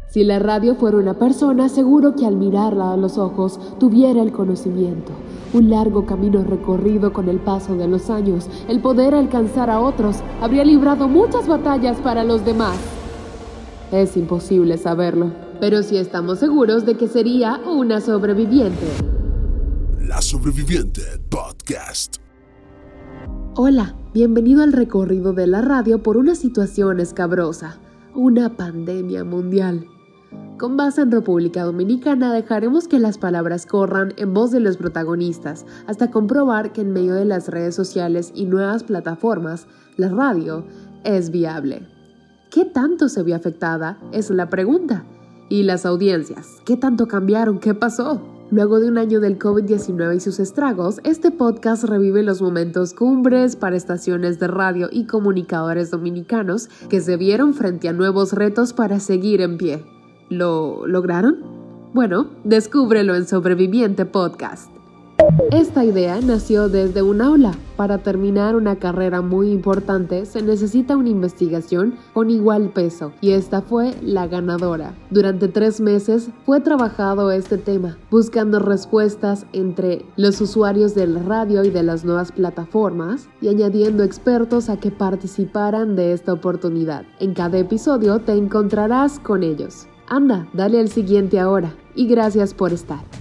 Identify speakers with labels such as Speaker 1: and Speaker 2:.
Speaker 1: Si la radio fuera una persona, seguro que al mirarla a los ojos tuviera el conocimiento. Un largo camino recorrido con el paso de los años, el poder alcanzar a otros, habría librado muchas batallas para los demás. Es imposible saberlo, pero sí estamos seguros de que sería una sobreviviente.
Speaker 2: La Sobreviviente Podcast.
Speaker 1: Hola, bienvenido al recorrido de la radio por una situación escabrosa, una pandemia mundial. Con base en República Dominicana dejaremos que las palabras corran en voz de los protagonistas hasta comprobar que en medio de las redes sociales y nuevas plataformas, la radio es viable. ¿Qué tanto se vio afectada? Es la pregunta. ¿Y las audiencias? ¿Qué tanto cambiaron? ¿Qué pasó? Luego de un año del COVID-19 y sus estragos, este podcast revive los momentos cumbres para estaciones de radio y comunicadores dominicanos que se vieron frente a nuevos retos para seguir en pie. ¿Lo lograron? Bueno, descúbrelo en Sobreviviente Podcast. Esta idea nació desde un aula. Para terminar una carrera muy importante se necesita una investigación con igual peso, y esta fue la ganadora. Durante 3 meses fue trabajado este tema, buscando respuestas entre los usuarios de la radio y de las nuevas plataformas, y añadiendo expertos a que participaran de esta oportunidad. En cada episodio te encontrarás con ellos. Anda, dale al siguiente ahora, y gracias por estar.